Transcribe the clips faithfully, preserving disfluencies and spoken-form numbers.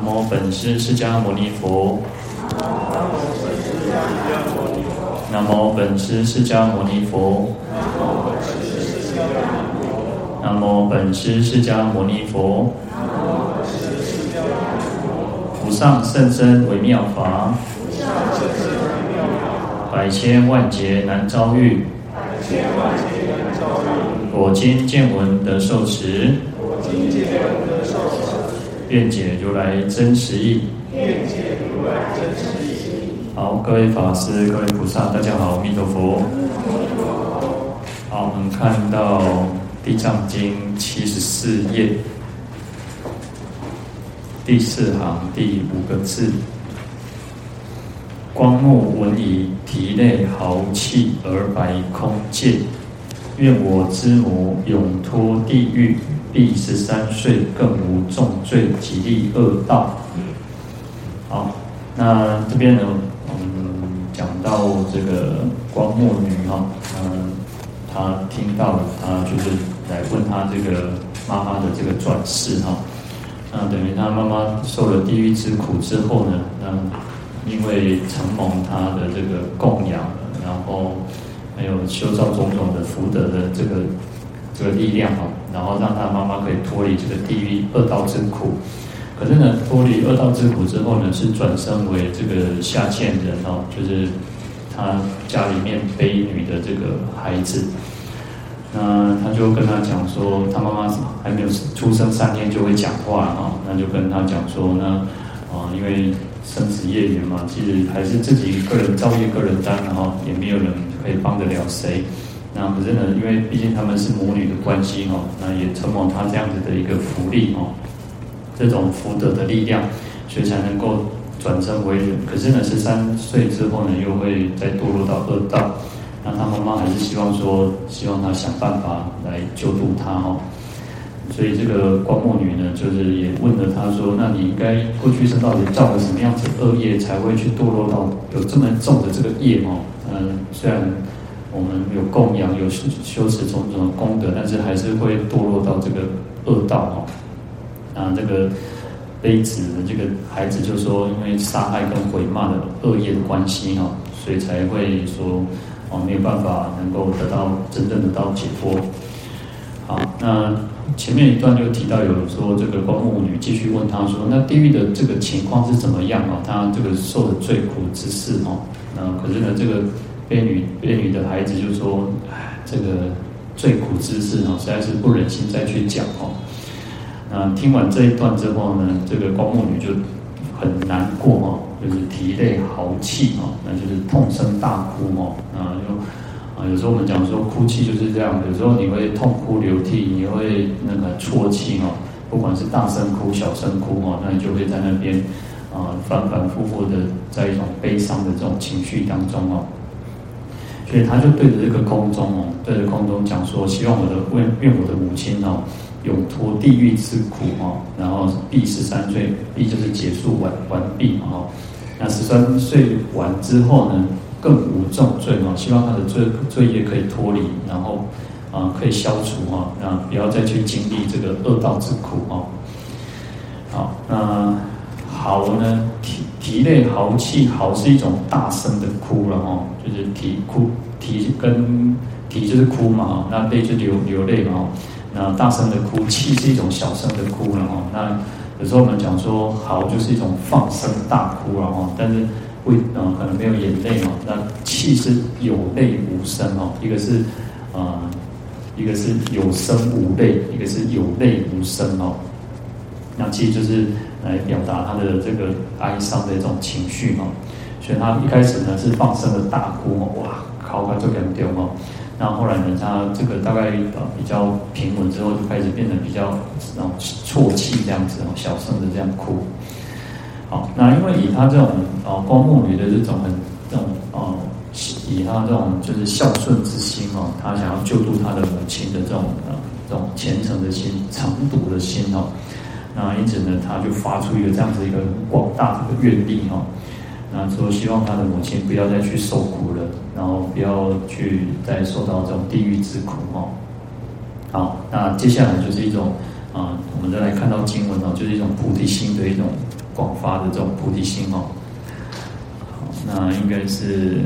无本师释迦牟尼佛。南无本师释迦牟尼佛。南无本师释迦牟尼佛。无上甚深微妙法，百千万劫难遭遇。我今见闻得受持，愿解如来真实义。好，各位法师、各位菩萨，大家好，阿弥陀佛。好，我们看到《地藏经》七十四页第四行第五个字：光目闻已，涕泪豪气而白空界。愿我之母永脱地狱，必十三岁更无重罪，极利恶道。好，那这边呢，嗯，讲到这个光目女哈，嗯，她听到了，她就是来问她这个妈妈的这个转世哈。那等于她妈妈受了地狱之苦之后呢，那因为承蒙她的这个供养，然后还有修造种种的福德的这个这个力量哦，然后让他妈妈可以脱离这个地狱恶道之苦。可是呢，脱离恶道之苦之后呢，是转生为这个下贱人哦，就是他家里面卑女的这个孩子。那他就跟他讲说，他妈妈还没有出生三天就会讲话哦，那就跟他讲说，那啊，因为生死业缘嘛，其实还是自己个人造业个人担，然后也没有人可以帮得了谁。那可是呢，因为毕竟他们是母女的关系哈，那也承蒙他这样子的一个福利哈，这种福德的力量，所以才能够转生为人。可是呢，十三岁之后呢，又会再堕落到恶道。那他妈妈还是希望说，希望他想办法来救度他哈。所以这个光目女呢，就是也问了他说：“那你应该过去生到底造了什么样子恶业，才会去堕落到有这么重的这个业哦？嗯，虽然我们有供养、有修持种种的功德，但是还是会堕落到这个恶道哦。那这个卑子的这个孩子就说，因为杀害跟毁骂的恶业的关系哦，所以才会说哦没有办法能够得到真正得到解脱。好，那前面一段就提到有说这个光目女继续问他说，那地狱的这个情况是怎么样哦？他这个受的最苦之事哦，那可是呢这个卑女卑女的孩子就说，哎，这个最苦之事哦，实在是不忍心再去讲哦。那听完这一段之后呢，这个光目女就很难过哦，就是涕泪豪气哦，那就是痛声大哭哦，那就。啊，有时候我们讲说哭泣就是这样，有时候你会痛哭流涕，你会那个啜泣哦，不管是大声哭、小声哭哦，那你就会在那边啊、呃、反反复复的在一种悲伤的这种情绪当中哦，所以他就对着这个空中哦，对着空中讲说，希望我的愿愿我的母亲哦，永脱地狱之苦哦，然后毕十三岁，毕就是结束完完毕嘛哦，那十三岁完之后呢？更无重罪哦，希望他的罪罪业可以脱离，然后啊、呃、可以消除哈，那不要再去经历这个恶道之苦哦。好，那嚎呢，涕涕泪豪气，嚎是一种大声的哭了哦，就是啼哭啼跟啼就是哭嘛哦，那泪就流流泪嘛哦，那大声的哭，气是一种小声的哭了哦。那有时候我们讲说嚎就是一种放声大哭了哦，但是。会呃可能没有眼泪哦，那气是有泪无声哦，一个是呃一个是有声无泪，一个是有泪无声哦。那气就是来表达他的这个哀伤的一种情绪哦，所以他一开始呢是放声的大哭哦，哇，哭到最严重哦。那后来呢，他这个大概呃比较平稳之后，就开始变得比较那种啜泣这样子哦，小声的这样哭。好，那因为以他这种哦光目女的这种很这种哦，以他这种就是孝顺之心哦，他想要救度他的母亲的这种呃这种虔诚的心、诚笃的心哦，那因此呢，他就发出一个这样子一个广大的愿力哦，那说希望他的母亲不要再去受苦了，然后不要去再受到这种地狱之苦哦。好，那接下来就是一种啊、呃，我们再来看到经文哦，就是一种菩提心的一种广发的这种菩提心哦。好，那应该是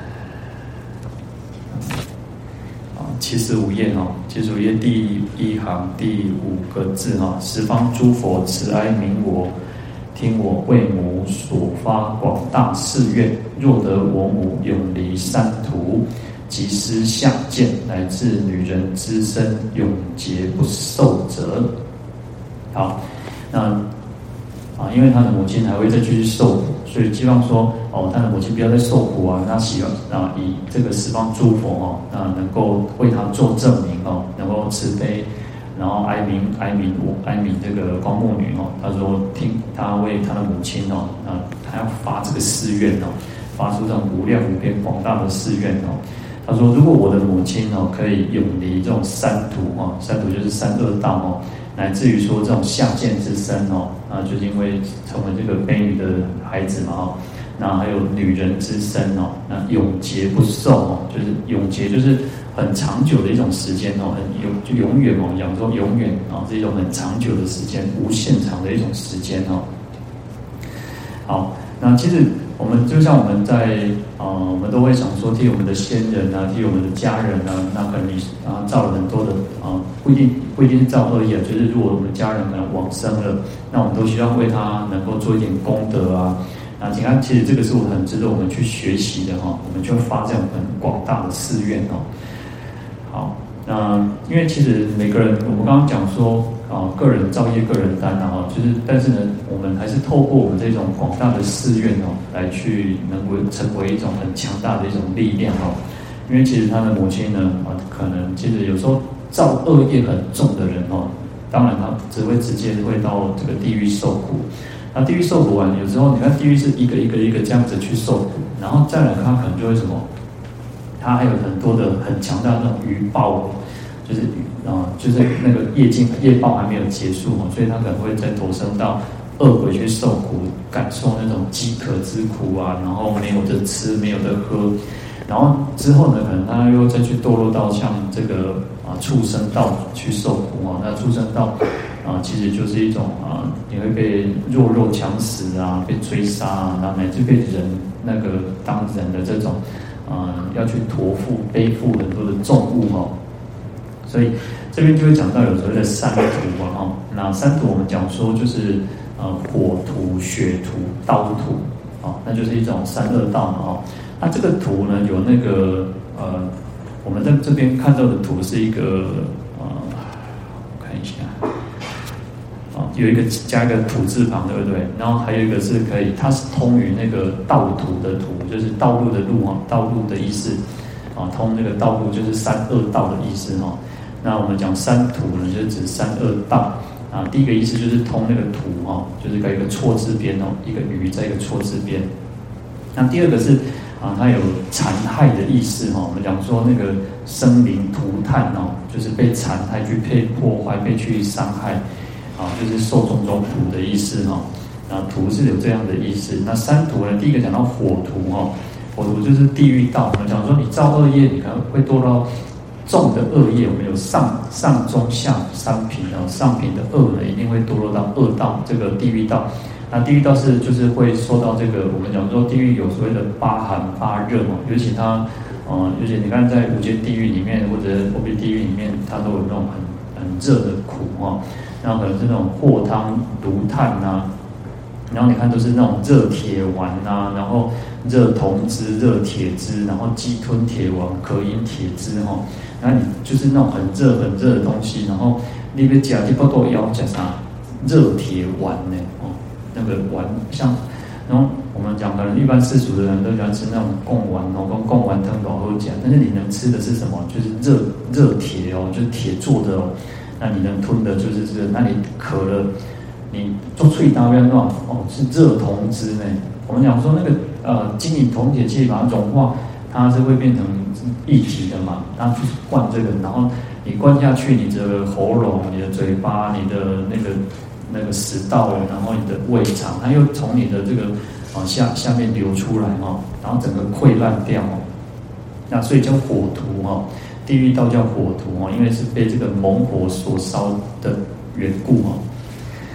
啊七十五页哈，七十五页第一行第五个字哈，十方诸佛慈哀悯我，听我为母所发广大誓愿，若得我母永离三途，即施下贱，乃至女人之身，永劫不受者。好，那啊，因为他的母亲还会再继续受苦，所以希望说哦，他的母亲不要再受苦啊。那希望啊，以这个十方诸佛哦，那能够为他做证明哦，能够慈悲，然后哀悯哀悯我哀悯这个光目女哦。他说听他为他的母亲哦，那他要发这个誓愿哦，发出这种无量无边广大的誓愿哦。他说，如果我的母亲哦可以永离这种三途哦，三途就是三恶道哦。乃至于说这种下贱之身哦，啊，就是因为成为这个卑女的孩子嘛哦，那还有女人之身哦，那永劫不受哦，就是永劫就是很长久的一种时间哦，很永就永远哦，讲说永远哦，是一种很长久的时间，无限长的一种时间哦。好，那其实我们就像我们在呃，我们都会想说替我们的先人啊，替我们的家人啊，那可能你啊造了很多的啊，不一定不一定是造恶业，就是如果我们家人可能往生了，那我们都希望为他能够做一点功德啊。那你看，其实这个是我很值得我们去学习的哈，我们就发这样很广大的誓愿哦。好，那因为其实每个人，我们刚刚讲说啊，个人造业个人担啊，就是但是呢，我们还是透过我们这种广大的誓愿哦，来去能够成为一种很强大的一种力量哦。因为其实他的母亲呢，啊，可能其实有时候造恶业很重的人哦，当然他只会直接会到这个地狱受苦。那地狱受苦完，有时候你看地狱是一个一个一个这样子去受苦，然后再来他可能就会什么，他还有很多的很强大的那种余报，就是啊、呃，就是那个业尽业报还没有结束哦，所以他可能会再投生到恶鬼去受苦，感受那种饥渴之苦啊，然后没有得吃，没有得喝。然后之后呢，可能他又再去堕落到像这个啊畜生道去受苦哦。那畜生道啊，其实就是一种啊，你会被弱肉强食啊，被追杀啊，然后乃至被人那个当人的这种啊，要去驮负背负很多的重物哦。所以这边就会讲到有所谓的三途啊哈。那三途我们讲说就是呃火途、血途、刀途啊，那就是一种三恶道嘛哦。那这个图呢，有那个呃，我们在这边看到的图是一个呃，我看一下，啊，有一个加一个土字旁，对不对？然后还有一个是可以，它是通于那个道途的途，就是道路的路啊，道路的意思啊，通那个道路就是三恶道的意思哈。那我们讲三途呢，就是指三恶道啊。第一个意思就是通那个途哈，就是跟一个错字边哦，一个鱼在一个错字边。那第二个是。啊，它有残害的意思哈。我们讲说那个生灵涂炭哦，就是被残害、去被破坏、被去伤害，啊，就是受种种苦的意思哈。啊，途是有这样的意思。那三途呢？第一个讲到火途哈，火途就是地狱道。我们讲说你造恶业，你可能会堕到重的恶业。我们有上上中下三品哦，上品的恶呢，一定会堕落到恶道这个地狱道。那地狱道是就是会受到这个，我们讲说地狱有所谓的八寒八热嘛，尤其它，呃，尤其你看在无间地狱里面或者火壁地狱里面，它都有那种很很热的苦哈，然后可能是那种火汤炉炭呐，然后你看都是那种热铁丸呐，然后热铜汁、热铁汁，然后鸡吞铁丸、可饮铁汁哈，然后你就是那种很热很热的东西，然后你别讲，你不够要讲啥热铁丸呢哦。那个丸像，然后我们讲可能一般世俗的人都喜欢吃那种贡丸哦，跟贡丸汤老好讲，但是你能吃的是什么？就是热热铁哦，就是铁做的哦。那你能吞的就是这个，那你渴了，你做脆刀要弄哦，是热铜汁呢。我们讲说那个呃金银铜铁器把它融化，它是会变成液体的嘛，然后去灌这个，然后你灌下去，你的喉咙、你的嘴巴、你的那个。那个食道，然后你的胃肠，它又从你的这个啊下下面流出来哈，然后整个溃烂掉哦。那所以叫火途哈，地狱道叫火途哈，因为是被这个猛火所烧的缘故哈。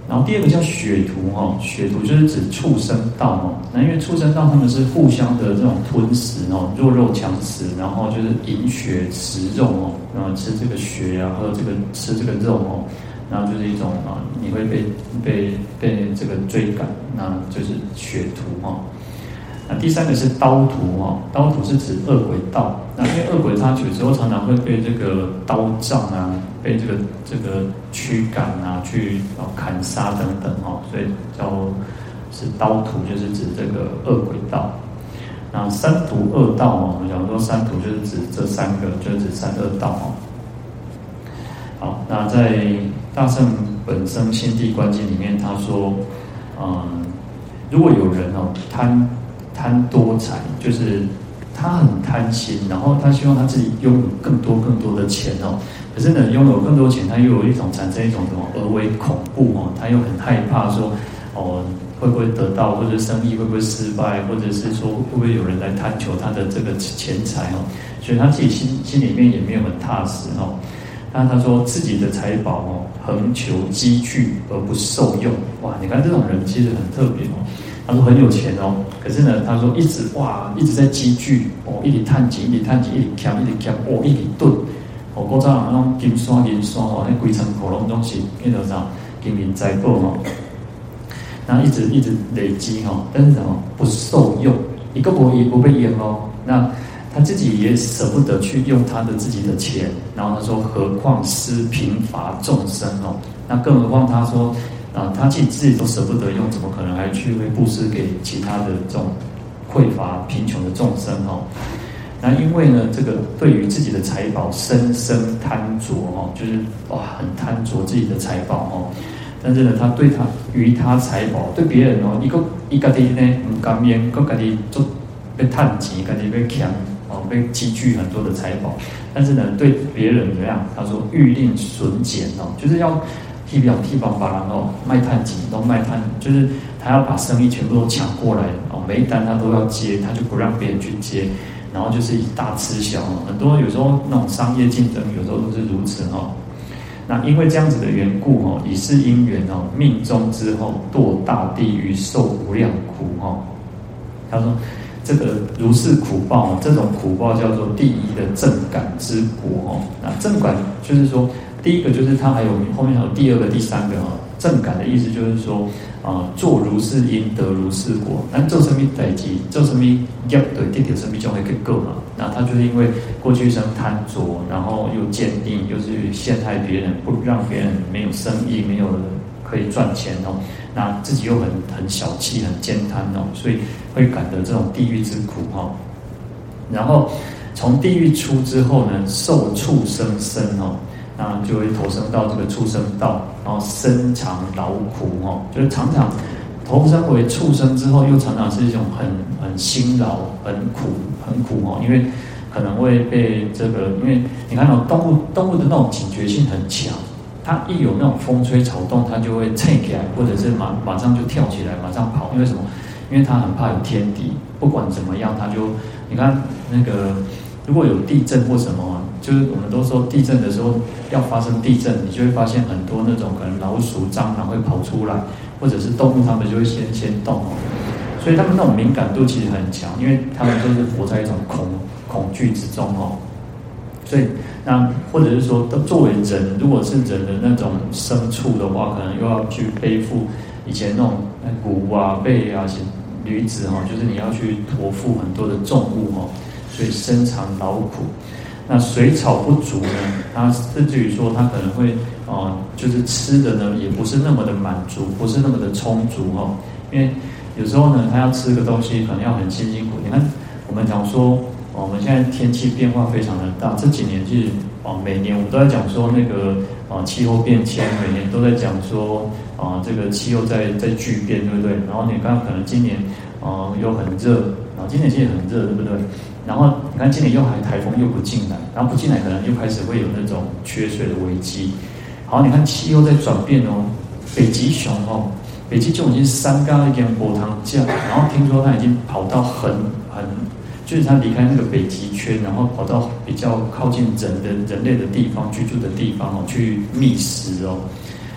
然后第二个叫血屠哈，血屠就是指畜生道哦。那因为畜生道他们是互相的这种吞食哦，弱肉强食，然后就是饮血食肉哦，然后吃这个血啊，喝这个吃这个肉哦，然后就是一种啊，你会被被被这个追赶，那就是血屠哈。那第三个是刀屠哈，刀屠是指恶鬼道。那因为恶鬼他有时候常常会被这个刀杖啊，被这个这个驱赶啊，去啊砍杀等等哈，所以叫是刀屠，就是指这个恶鬼道。那三途恶道哦，我们讲说三途就是指这三个，就是指三恶道哦。好，那在大乘本生心地观经里面，他说，嗯，如果有人哦贪贪多财，就是他很贪心，然后他希望他自己拥有更多更多的钱哦。可是呢，拥有更多钱，他又有一种产生一种什么而为恐怖哦，他又很害怕说，哦，会不会得到，或者生意会不会失败，或者是说会不会有人来贪求他的这个钱财哦，所以他自己心心里面也没有很踏实哦。那他说自己的财宝哦，恒求积聚而不受用，哇，你看这种人其实很特别哦。他说很有钱哦，可是呢，他说一直哇，一直在积聚哦，一直探钱，一直探钱，一直捡，一直捡，哦，一直囤。哦，古早人那种金山银山哦，那规层窟窿东西，那个啥金银财宝哦，然后一直一直累积哦，但是什么不受用，一个不也不被用哦，那他自己也舍不得去用他的自己的钱，然后他说，何况施贫乏众生哦，那更何况他说啊，他自己自己都舍不得用，怎么可能还去会布施给其他的这种匮乏贫穷的众生哦？那因为呢，这个对于自己的财宝深深贪着哦，就是哇，很贪着自己的财宝哦。但是呢，他对他于他财宝对别人哦，一个一个的呢唔甘愿，个家己做被探钱，家己被抢哦，被积聚很多的财宝。但是呢，对别人怎么样？他说欲令损减哦，就是要替表替帮把人哦卖探钱都卖探，就是他要把生意全部都抢过来哦，每一单他都要接，他就不让别人去接。然后就是以大吃小哦，很多有时候那种商业竞争，有时候都是如此哦。那因为这样子的缘故哦，以是因缘哦，命终之后堕大地狱，受无量苦哦。他说这个如是苦报哦，这种苦报叫做第一的正感之果哦。那正感就是说，第一个就是它还有后面还有第二个、第三个哦。正感的意思就是说，啊、呃，做如是因得如是果。但做什么代志，做什么业对得到什么就会结果嘛。那他就是因为过去生贪着，然后又坚定，又是陷害别人，不让别人没有生意，没有可以赚钱哦。那自己又很很小气，很奸贪哦，所以会感得这种地狱之苦哈、哦。然后从地狱出之后呢，受畜生身哦。那就会投生到这个畜生道，然后身长劳苦哦，就是常常投生为畜生之后，又常常是一种很很辛劳、很苦、很苦哦，因为可能会被这个，因为你看到、哦、动物动物的那种警觉性很强，它一有那种风吹草动，它就会蹭起来，或者是马马上就跳起来，马上跑，因为什么？因为它很怕有天敌，不管怎么样，它就你看那个。如果有地震或什么，就是我们都说地震的时候要发生地震，你就会发现很多那种可能老鼠、蟑螂会跑出来，或者是动物，它们就会先先动，所以他们那种敏感度其实很强，因为他们都是活在一种恐恐惧之中哦。所以那或者是说，作为人，如果是人的那种牲畜的话，可能又要去背负以前那种鼓啊、贝啊、驴子哈，就是你要去驮负很多的重物哈。所以身长劳苦，那水草不足呢？他甚至于说他可能会哦、呃，就是吃的呢也不是那么的满足，不是那么的充足哦。因为有时候呢，他要吃个东西可能要很辛辛苦。你看我们讲说，我们现在天气变化非常的大，这几年就是哦，每年我们都在讲说那个啊气候变迁，每年都在讲说啊这个气候在在巨变，对不对？然后你看可能今年啊又很热，啊今年其实很热，对不对？然后你看今年又还台风又不进来，然后不进来可能又开始会有那种缺水的危机。好，你看气候在转变哦，北极熊哦，北极熊已经三高一点波糖降，然后听说它已经跑到很很，就是它离开那个北极圈，然后跑到比较靠近人的人类的地方居住的地方哦，去觅食哦。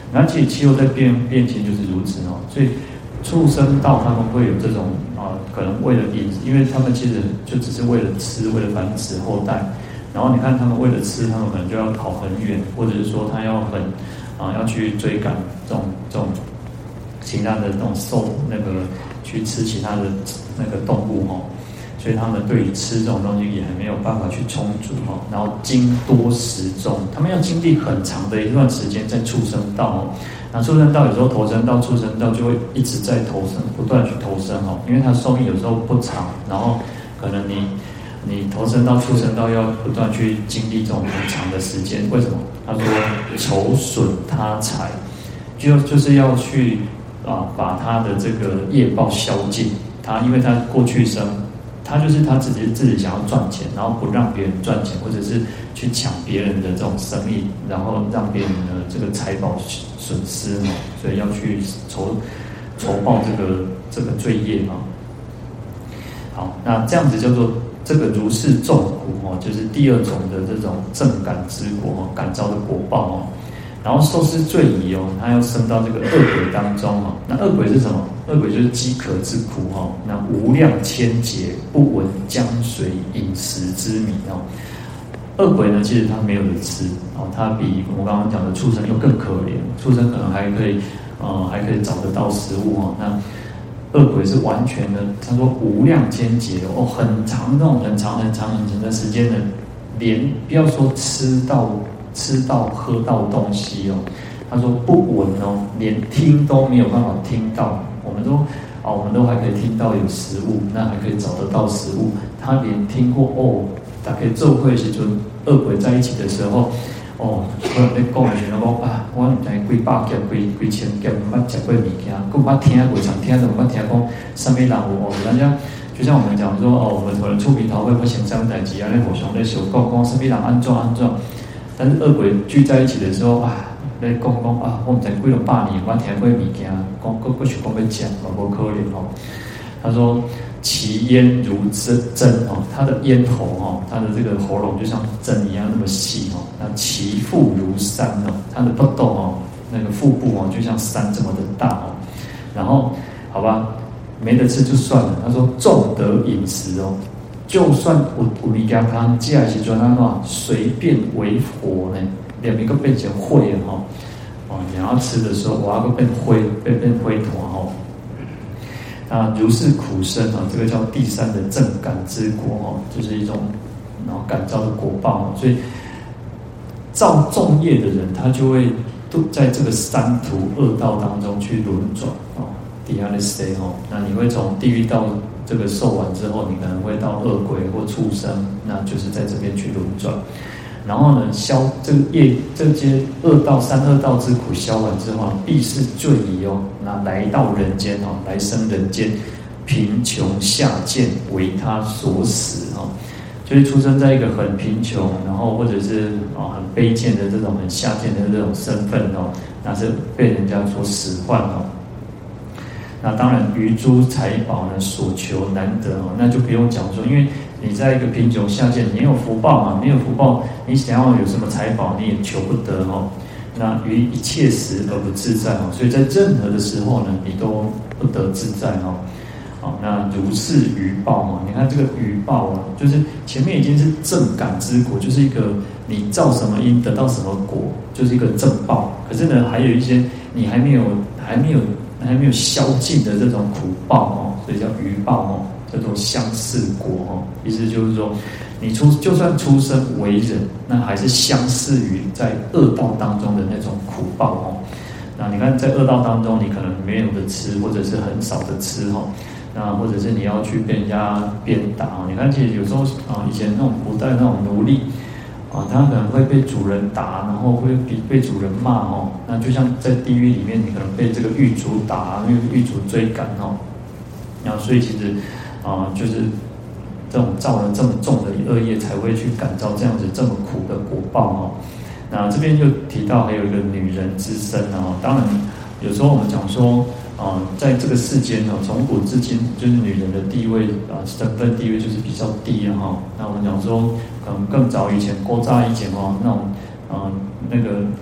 而且气候在变变迁就是如此哦，所以畜生道他们会有这种啊、呃，可能为了饮，因为他们其实就只是为了吃，为了繁殖后代。然后你看他们为了吃，他们可能就要跑很远，或者是说他要很啊、呃、要去追赶这种这种其他的那种兽那个去吃其他的那个动物哦。所以他们对于吃这种东西也很没有办法去充足哈，然后经多食众，他们要经历很长的一段时间在畜生道哦。那畜生道有时候投生到畜生道就会一直在投生，不断去投生哦，因为它寿命有时候不长，然后可能你你投生到畜生道要不断去经历这种很长的时间，为什么？他说酬损他财，就就是要去啊把他的这个业报消尽，他因为他过去生。他就是他自己自己想要赚钱，然后不让别人赚钱，或者是去抢别人的这种生意，然后让别人的这个财宝损失嘛，所以要去酬酬报这个这个罪业啊。好，那这样子叫做这个如是众苦哦，就是第二种的这种正感之果哦，感召的果报哦。然后受施罪疑哦，他要升到这个恶鬼当中哦。那恶鬼是什么？恶鬼就是饥渴之苦哈。那无量千劫不闻江水饮食之米哦。恶鬼呢，其实他没有得吃哦，他比我刚刚讲的畜生又更可怜。畜生可能还可以呃还可以找得到食物哦。那恶鬼是完全的，他说无量千劫哦，很长那种很长很长很长的时间呢，连不要说吃到。吃到喝到东西哦，他说不闻哦，连听都没有办法听到。我们都啊，我们都还可以听到有食物，那还可以找得到食物。他连听过哦，大概做会时阵恶鬼在一起的时候，哦，可能你讲的时候讲啊，我唔知几百件、几几千件，唔捌食过物件，佫唔捌听过，常听都唔捌听讲什么人有哦，人家。就像我们讲说哦，我们可能出名头会不行三代志啊，那互相在小讲讲什么人安怎安怎。但是恶鬼聚在一起的时候啊，来讲讲啊，我们在几多百年，我听过物件，讲各各想讲要讲，嘛无可能哦。他说其咽如针针哦，他的咽喉哦，他的这个喉咙就像针一样那么细哦。那其腹如山哦，他的腹肚哦，那个腹部哦，就像山这么的大哦。然后好吧，没得吃就算了。他说重得饮食哦。就算有有物件通食的时阵，安怎随便为火呢？连一个变成灰了哈！哦，你要吃的时候，我要变灰，变变灰团哦。那如是苦生啊，这个叫第三的正感之果哦，就是一种然后感召的果报哦。所以造重业的人，他就会都在这个三途恶道当中去轮转哦。底下的谁哦？那你会从地狱到这个受完之后，你可能会到恶鬼或畜生，那就是在这边去轮转。然后呢，消这个业这些恶道三恶道之苦消完之后，必是罪疑哦，那来到人间哦，来生人间，贫穷下贱为他所使哦，就是出生在一个很贫穷，然后或者是啊很卑贱的这种很下贱的这种身份哦，那是被人家所使唤哦。那当然，于诸财宝呢，所求难得哦，那就不用讲说，因为你在一个贫穷下贱，你有福报嘛，没有福报，你想要有什么财宝，你也求不得哦。那于一切时而不自在哦，所以在任何的时候呢，你都不得自在哦。好，那如是余报哦，你看这个余报啊，就是前面已经是正感之果，就是一个你造什么因得到什么果，就是一个正报。可是呢，还有一些你还没有还没有。还没有消尽的这种苦报哦，所以叫余报哦，叫做相似果哦。意思就是说，你出就算出生为人，那还是相似于在恶道当中的那种苦报哦。那你看，在恶道当中，你可能没有的吃，或者是很少的吃哦。那或者是你要去被人家鞭打哦。你看，其实有时候啊，以前那种古代那种奴隶。啊，他可能会被主人打，然后会被被主人骂哦。那就像在地狱里面，你可能被这个狱卒打，因为狱卒追赶哦。然后所以其实啊，就是这种造了这么重的恶业，才会去感召这样子这么苦的果报哦。那这边就提到还有一个女人之身哦。当然，有时候我们讲说。啊，在这个世间哦，从古至今，就是女人的地位啊，身份地位就是比较低了哈。那我们讲说，可能更早以前，郭扎以前哦，那种啊，那个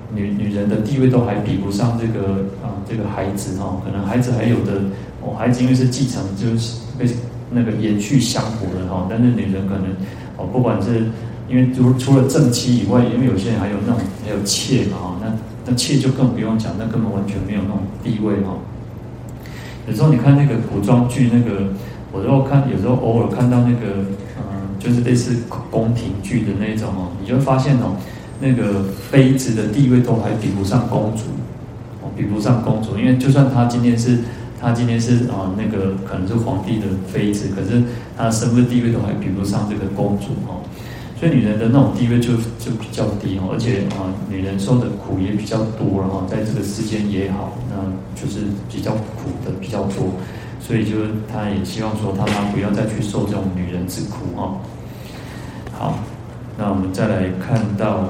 女女人的地位都还比不上这个啊、呃、这个孩子哈、哦，可能孩子还有的哦，孩子因为是继承就是被那个延续香火的哈、哦，但是女人可能哦，不管是因为除除了正妻以外，因为有些人还有那种还有妾嘛哈、哦，那那妾就更不用讲，那根本完全没有那种地位哈、哦。有时候你看那个古装剧，那个我如果看，有时候偶尔看到那个嗯、呃，就是类似宫廷剧的那种哦，你就会发现哦。那个妃子的地位都还比不上公主，哦，比不上公主，因为就算她今天是，她今天是啊、呃、那个可能是皇帝的妃子，可是她的身份地位都还比不上这个公主哦，所以女人的那种地位就就比较低哦，而且啊、呃、女人受的苦也比较多，然后在这个世间也好，那就是比较苦的比较多，所以就是她也希望说她妈不要再去受这种女人之苦哦。好，那我们再来看到。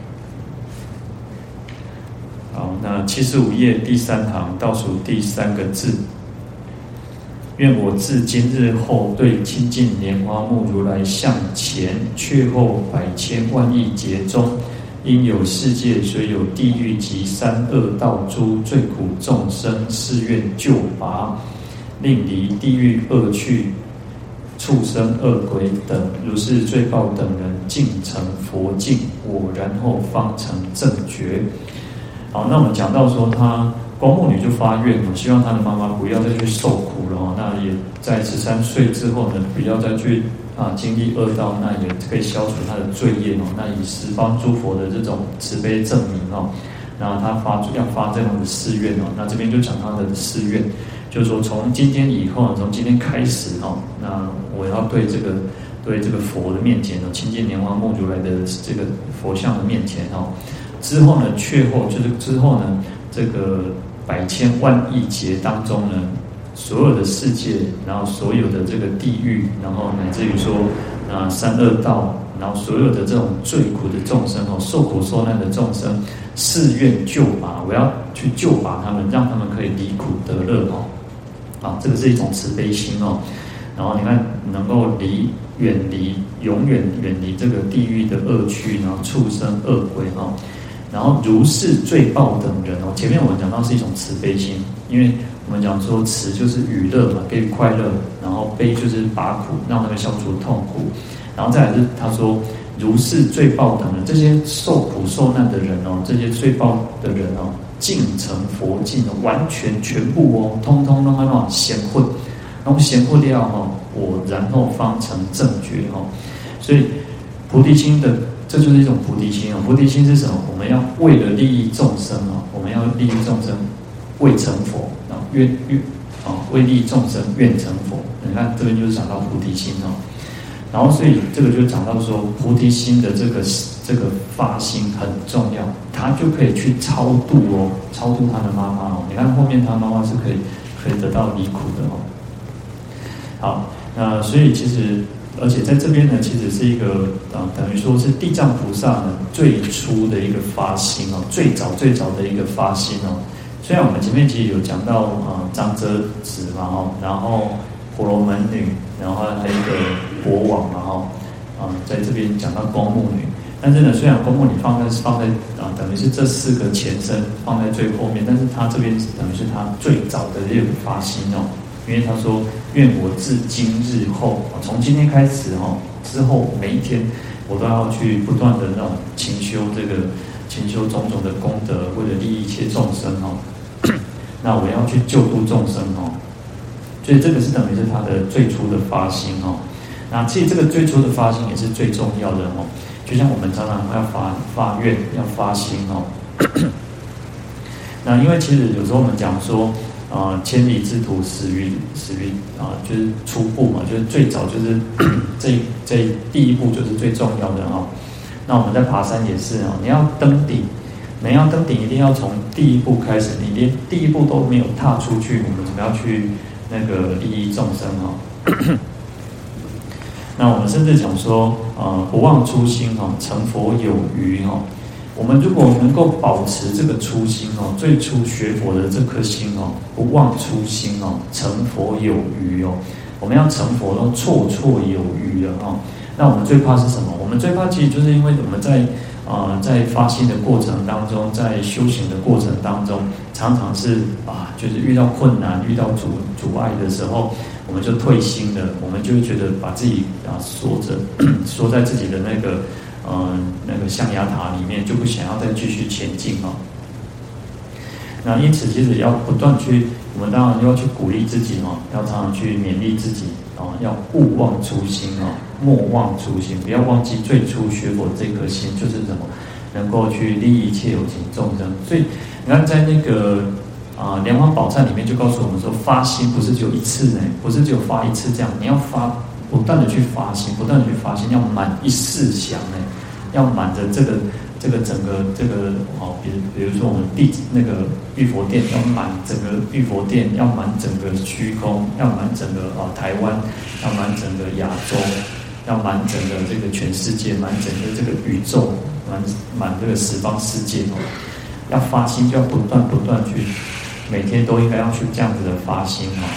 好，那七十五页第三行倒数第三个字，愿我自今日后对清净莲花目如来向前，却后百千万亿劫中，因有世界，虽有地狱及三恶道诸最苦众生，誓愿救拔，令离地狱恶趣、畜生恶鬼等如是罪报等人，尽成佛境，我然后方成正觉。好，那我们讲到说，他光目女就发愿嘛，希望她的妈妈不要再去受苦了哦。那也在十三岁之后呢，不要再去啊经历恶道，那也可以消除她的罪业哦。那以十方诸佛的这种慈悲证明哦，那他发要发这样的誓愿哦。那这边就讲他的誓愿，就是说从今天以后，从今天开始哦，那我要对这个对这个佛的面前哦，清净莲花目如来的这个佛像的面前哦。之后呢，却后就是之后呢，这个百千万亿劫当中呢，所有的世界，然后所有的这个地狱，然后乃至于说啊三恶道，然后所有的这种最苦的众生哦，受苦受难的众生，誓愿救拔，我要去救拔他们，让他们可以离苦得乐哦。啊，这个是一种慈悲心哦。然后你看，能够离远离，永远远离这个地狱的恶趣，然后畜生恶鬼哦。然后如是罪报等人哦，前面我们讲到是一种慈悲心，因为我们讲说慈就是娱乐嘛，给予快乐，然后悲就是拔苦，让他们消除痛苦，然后再来是他说如是罪报等人，这些受苦受难的人哦，这些罪报的人哦，尽成佛境哦，完全全部哦，通通让他那种贤惠，然后贤惠掉哦，我然后方成正觉哦，所以菩提心的。这就是一种菩提心哦。菩提心是什么？我们要为了利益众生哦，我们要利益众生，为成佛啊，愿愿啊，为利益众生，愿成佛。你看这边就是讲到菩提心哦。然后所以这个就讲到说，菩提心的这个这个发心很重要，他就可以去超度哦，超度他的妈妈哦。你看后面他妈妈是可以可以得到离苦的哦。好，那所以其实。而且在这边呢，其实是一个啊，等于说是地藏菩萨呢最初的一个发心哦，最早最早的一个发心哦。虽然我们前面其实有讲到啊张遮子嘛哈，然后婆罗门女，然后还有一个国王嘛哈，啊在这边讲到光目女，但是呢，虽然光目女放在放在啊，等于是这四个前身放在最后面，但是他这边等于是他最早的这个发心哦。因为他说，愿我自今日后，从今天开始哈，之后每一天，我都要去不断的那种勤修这个勤修种种的功德，为了利益一切众生哦。那我要去救度众生哦，所以这个是等于是他的最初的发心哦。那其实这个最初的发心也是最重要的哦，就像我们常常要发发愿，要发心哦。那因为其实有时候我们讲说。啊、呃，千里之途，始于始于啊，就是初步嘛，就是最早就是这这第一步就是最重要的哈、哦。那我们在爬山也是哦，你要登顶，你要登顶一定要从第一步开始，你连第一步都没有踏出去，我们怎么样去那个利益众生哈、哦？那我们甚至讲说，呃，不忘初心哦，成佛有余哦。我们如果能够保持这个初心哦，最初学佛的这颗心哦，不忘初心哦，成佛有余哦。我们要成佛都绰绰有余了哦。那我们最怕是什么？我们最怕其实就是因为我们在啊、 呃，在发心的过程当中，在修行的过程当中，常常是啊，就是遇到困难、遇到阻阻碍的时候，我们就退心了，我们就会觉得把自己啊缩着，缩在自己的那个呃那个象牙塔里面，就不想要再继续前进哦。那因此，其实要不断去，我们当然要去鼓励自己哦，要常常去勉励自己哦，要勿忘初心哦，莫忘初心，不要忘记最初学佛这颗心就是什么，能够去利益一切有情众生。所以你看，在那个啊《莲花宝忏》里面就告诉我们说，发心不是只有一次呢，不是只有发一次这样，你要发不断的去发心，不断的去发心，要满一世想呢，要满着这个。这个整个这个哦，比比如说我们地那个玉佛殿要满整个玉佛殿，要满整个虚空，要满整个啊台湾，要满整个亚洲，要满整个这个全世界，满整个这个宇宙，满满这个十方世界哦，要发心就要不断不断去，每天都应该要去这样子的发心哦。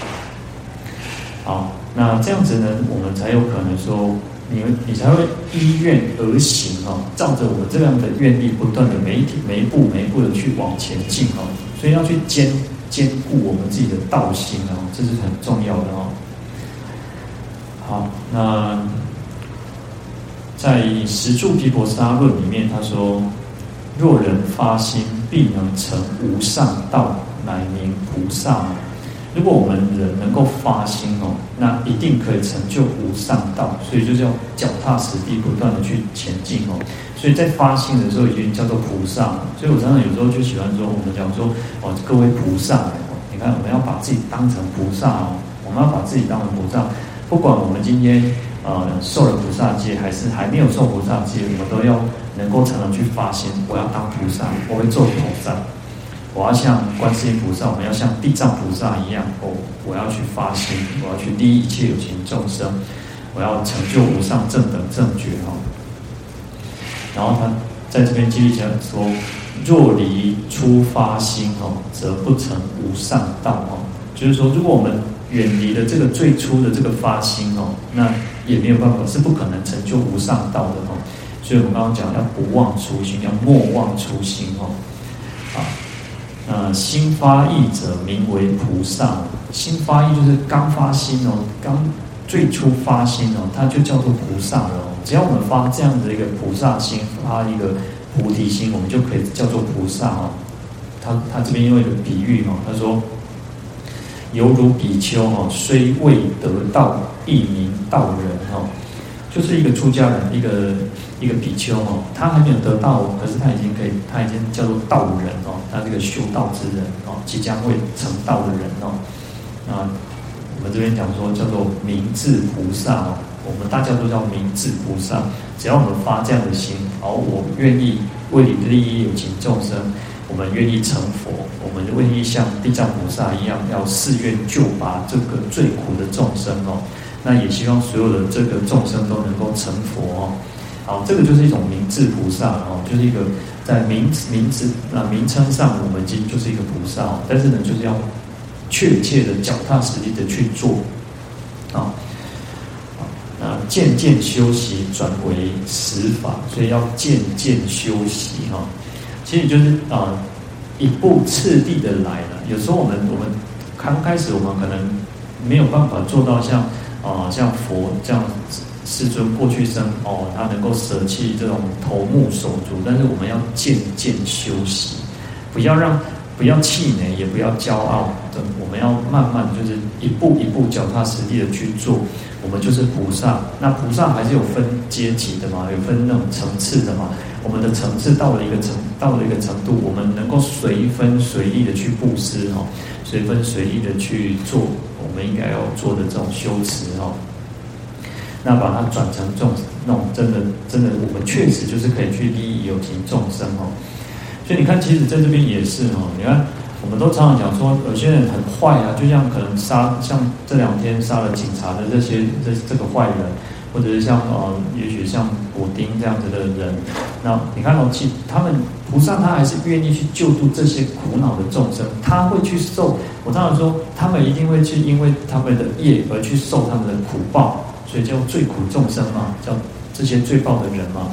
好，那这样子呢，我们才有可能说。你你才会依愿而行哦，照着我这样的愿力，不断的每一每一步每一步的去往前进哦，所以要去兼兼顾我们自己的道心哦，这是很重要的哦。好，那在《十住毗婆沙论》里面，他说：若人发心，必能成无上道，乃名菩萨。如果我们人能够发心哦，那一定可以成就无上道，所以就是要脚踏实地，不断的去前进哦。所以在发心的时候，已经叫做菩萨了。所以我常常有时候就喜欢说，我们讲说哦，各位菩萨，你看我们要把自己当成菩萨哦，我们要把自己当成菩萨，不管我们今天呃受了菩萨戒，还是还没有受菩萨戒，我们都要能够常常去发心，我要当菩萨，我会做菩萨。我要像观世音菩萨，我们要像地藏菩萨一样哦，我要去发心，我要去利益一切有情众生，我要成就无上正等正觉哦。然后他在这边继续讲说，若离初发心哦，则不成无上道哦。就是说，如果我们远离了这个最初的这个发心哦，那也没有办法，是不可能成就无上道的哦。所以我们刚刚讲要不忘初心，要莫忘初心哦。啊。呃，心发意者名为菩萨。心发意就是刚发心哦，刚最初发心哦，它就叫做菩萨了哦。只要我们发这样的一个菩萨心，发一个菩提心，我们就可以叫做菩萨哦。他他这边用一个比喻哦，他说，犹如比丘哦，虽未得道，亦名道人哦。就是一个出家人，一个一个比丘哦，他还没有得道，可是他已经可以，他已经叫做道人哦，他这个修道之人哦，即将会成道的人哦。那我们这边讲说叫做明智菩萨哦，我们大家都叫明智菩萨，只要我们发这样的心，哦，我愿意为你利益有情众生，我们愿意成佛，我们愿意像地藏菩萨一样，要誓愿救拔这个最苦的众生哦。那也希望所有的这个众生都能够成佛哦。好，这个就是一种明智菩萨哦，就是一个在名名字啊名称上，我们已经就是一个菩萨哦，但是呢，就是要确切的脚踏实地的去做啊。那渐渐修习转为实法，所以要渐渐修习哈。其实就是啊、呃，一步次第的来了。有时候我们我们刚开始我们可能没有办法做到像。啊、呃，像佛这样世尊过去生哦，他能够舍弃这种头目手足，但是我们要渐渐修习，不要让不要气馁，也不要骄傲，我们要慢慢就是一步一步脚踏实地的去做。我们就是菩萨，那菩萨还是有分阶级的嘛，有分那种层次的嘛。我们的层次到了一个程到了一个程度，我们能够随分随意的去布施哦，随分随意的去做。我们应该要做的这种修持哦，那把它转成这种那种真的真的，我们确实就是可以去利益有情众生哦。所以你看，其实在这边也是哦，你看我们都常常讲说，有些人很坏啊，就像可能杀像这两天杀了警察的这些这这个坏人，或者是像呃，也许像补丁这样子的人，那你看哦，其他们菩萨他还是愿意去救度这些苦恼的众生，他会去受。我当然说，他们一定会去因为他们的业而去受他们的苦报，所以叫罪苦众生嘛，叫这些罪报的人嘛。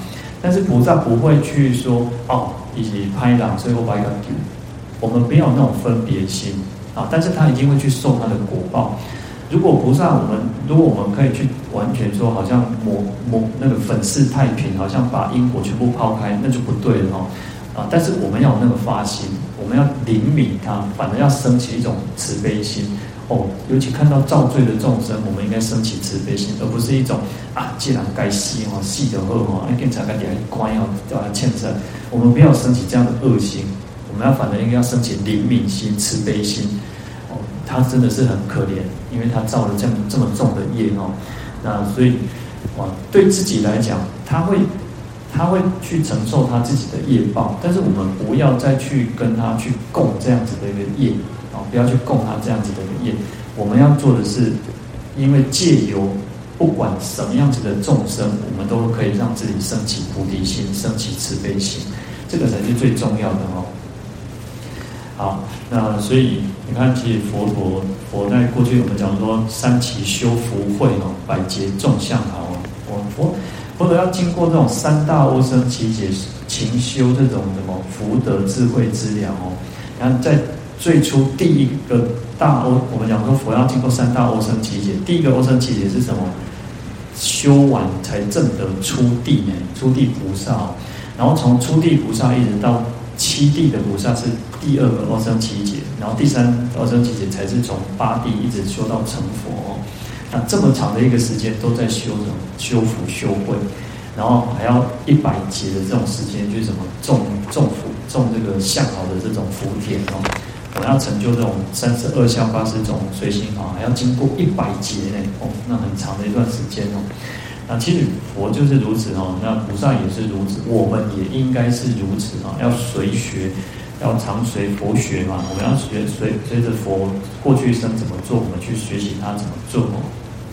但是菩萨不会去说哦，以及拍狼，所以我把它丢。我们不要那种分别心啊，但是他一定会去受他的果报。如果菩萨，我们如果我们可以去完全说，好像抹抹那个粉饰太平，好像把因果全部抛开，那就不对了哦。啊，但是我们要有那个发心，我们要灵敏它，反而要升起一种慈悲心哦。尤其看到造罪的众生，我们应该升起慈悲心，而不是一种啊，既然该死哦，死就好哦，那警察该点关哦，叫他欠责。我们不要升起这样的恶心，我们要反而应该要升起灵敏心、慈悲心。哦，他真的是很可怜，因为他造了这样这么重的业哦。那所以，哇，对自己来讲，他会。他会去承受他自己的业报，但是我们不要再去跟他去共这样子的一个业啊，不要去共他这样子的一个业。我们要做的是，因为借由不管什么样子的众生，我们都可以让自己升起菩提心，升起慈悲心，这个才是最重要的哦。好，那所以你看，其实佛陀佛在过去我们讲说三期修福慧哦，百劫众相好哦，佛。佛陀要经过这种三大阿僧祇劫勤修这种什么福德智慧资粮哦，然后在最初第一个大阿，我们讲说佛要经过三大阿僧祇劫，第一个阿僧祇劫是什么？修完才证得初地呢，初地菩萨哦，然后从初地菩萨一直到七地的菩萨是第二个阿僧祇劫，然后第三阿僧祇劫才是从八地一直修到成佛哦。那这么长的一个时间都在修什么？修福修慧，然后还要一百劫的这种时间去什么种种福种这个相好的这种福田哦。我们要成就这种三十二相八十种随行好，还要经过一百劫呢哦，那很长的一段时间哦。那其实佛就是如此哦，那菩萨也是如此，我们也应该是如此啊，要随学。要常随佛学嘛，我们要学随随着佛过去生怎么做，我们去学习他怎么做哦。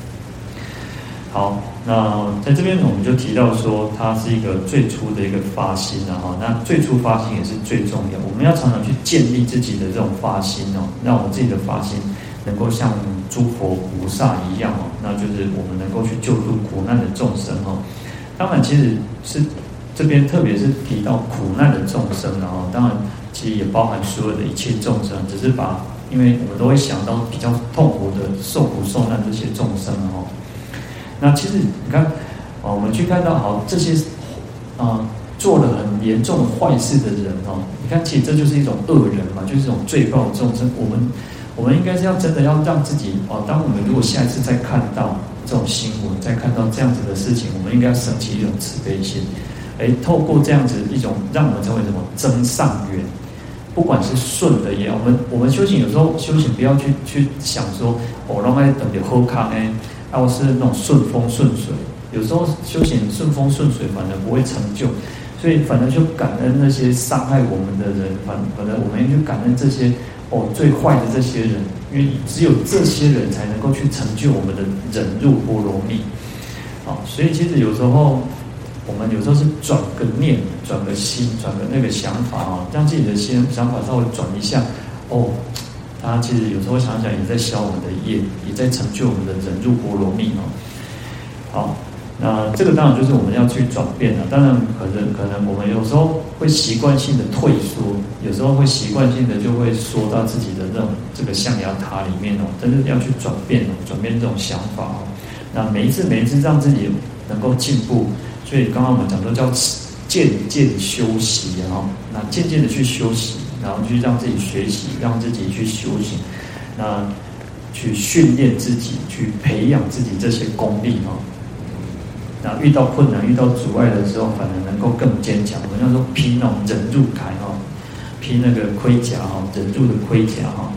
好，那在这边我们就提到说，它是一个最初的一个发心啊哈。那最初发心也是最重要，我们要常常去建立自己的这种发心哦，让我们自己的发心能够像诸佛菩萨一样哦，那就是我们能够去救度苦难的众生哦。当然，其实是这边特别是提到苦难的众生，然后当然其实也包含所有的一切众生，只是把因为我们都会想到比较痛苦的受苦受难这些众生哦。那其实你看，哦，我们去看到好这些啊、呃、做了很严重的坏事的人哦，你看其实这就是一种恶人嘛，就是一种罪报的众生。我们我们应该是要真的要让自己哦，当我们如果下一次再看到这种新闻，再看到这样子的事情，我们应该要升起一种慈悲心，哎，透过这样子一种让我们成为什么增上缘。不管是顺的也好，我们我们修行有时候修行不要去去想说，我让它等于好康哎。啊，我是那种顺风顺水，有时候修行顺风顺水反而不会成就，所以反而就感恩那些伤害我们的人，反反而我们就感恩这些哦最坏的这些人，因为只有这些人才能够去成就我们的忍辱波罗蜜。好，所以其实有时候我们有时候是转个念、转个心、转个那个想法啊，让自己的心想法稍微转一下哦。他其实有时候想想也在消我们的业，也在成就我们的忍辱波罗蜜哦。好，那这个当然就是我们要去转变了。当然，可能可能我们有时候会习惯性的退缩，有时候会习惯性的就会缩到自己的这种这个象牙塔里面哦。但是要去转变哦，转变这种想法哦。那每一次每一次让自己能够进步，所以刚刚我们讲说叫渐渐修习啊，那渐渐的去修习。然后去让自己学习，让自己去修行，那去训练自己，去培养自己这些功力哈。那遇到困难、遇到阻碍的时候，反而能够更坚强。我们要说披那种忍辱铠哈，披那个盔甲哈，忍辱的盔甲哈。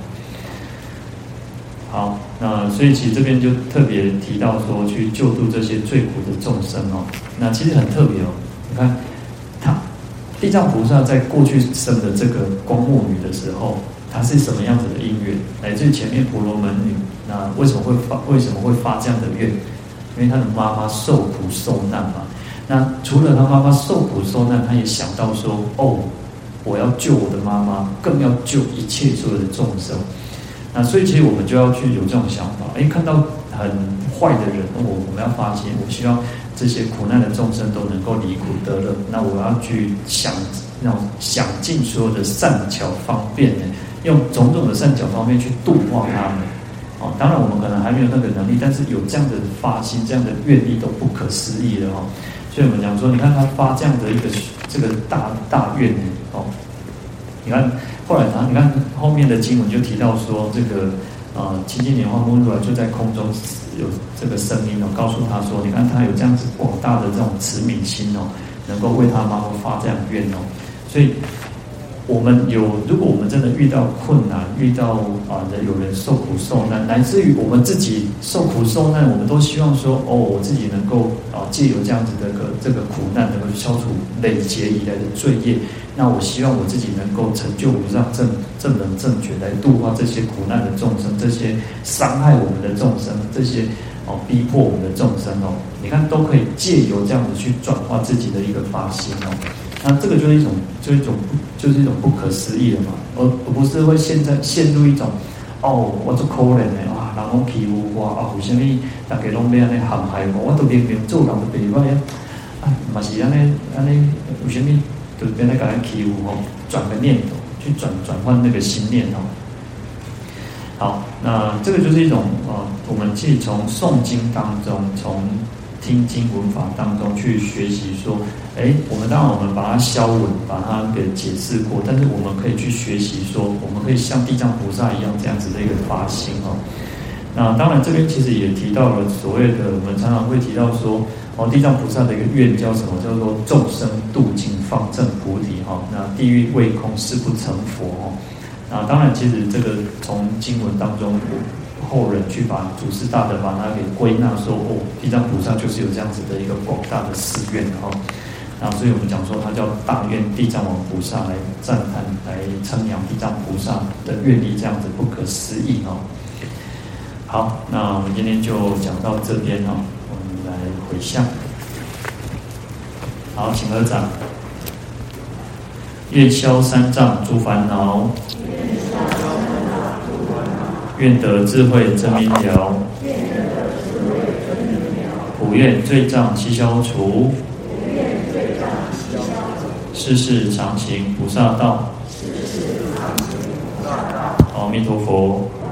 好，那所以其实这边就特别提到说，去救度这些最苦的众生哦。那其实很特别哦，你看他。地藏菩萨在过去生的这个光目女的时候，她是什么样子的因缘？来自于前面婆罗门女，那为什么会发？为什么会发这样的愿？因为她的妈妈受苦受难嘛。那除了她妈妈受苦受难，她也想到说：哦，我要救我的妈妈，更要救一切所有的众生。那所以其实我们就要去有这种想法。哎，看到很坏的人，我我们要发心，我希望这些苦难的众生都能够离苦得乐。那我要去想那种想尽所有的善巧方便呢，用种种的善巧方便去度化他们。哦，当然我们可能还没有那个能力，但是有这样的发心、这样的愿力都不可思议的哦。所以我们讲说，你看他发这样的一个这个大大愿哦，你看后来他，你看后面的经文就提到说，这个呃清净莲花目如来就在空中有这个声音哦，告诉他说，你看他有这样子广大的这种慈悯心哦，能够为他妈妈发这样的愿哦，所以。我们有，如果我们真的遇到困难，遇到啊有人受苦受难，乃至于我们自己受苦受难，我们都希望说，哦，我自己能够啊借由这样子的个这个苦难，能够去消除累劫以来的罪业。那我希望我自己能够成就无上正正等正觉，来度化这些苦难的众生，这些伤害我们的众生，这些哦逼迫我们的众生哦，你看都可以借由这样子去转化自己的一个发心哦。那这个就是一种，就是一种，就是一种不可思议的嘛，而而不是会现在陷入一种，哦，我做可怜的哇，人拢欺负我啊，为什么大家拢要安尼陷害我？我都明明做人都袂歹啊，啊，嘛是安尼安尼，为什么就变来甲人欺负哦？转个念头，去转转换那个心念哦。好，那这个就是一种呃，我们去从诵经当中，从听经闻法当中去学习说，哎，我们当然我们把它消文，把它给解释过，但是我们可以去学习说，我们可以像地藏菩萨一样这样子的一个发心哦。那当然这边其实也提到了所谓的，我们常常会提到说，哦，地藏菩萨的一个愿叫什么？叫做众生度尽方正菩提哈、哦。那地狱未空誓不成佛哦。那当然其实这个从经文当中。后人去把祖师大德把它给归纳说，哦，地藏菩萨就是有这样子的一个广大的誓愿哈、哦，那所以我们讲说，它叫大愿地藏王菩萨来赞叹、来称扬地藏菩萨的愿力，这样子不可思议哦。好，那我们今天就讲到这边哦，我们来回向。好，请合掌。愿消三障诸烦恼。愿得智慧真明了，普愿罪障悉消除，世世常行菩萨道。阿弥陀佛。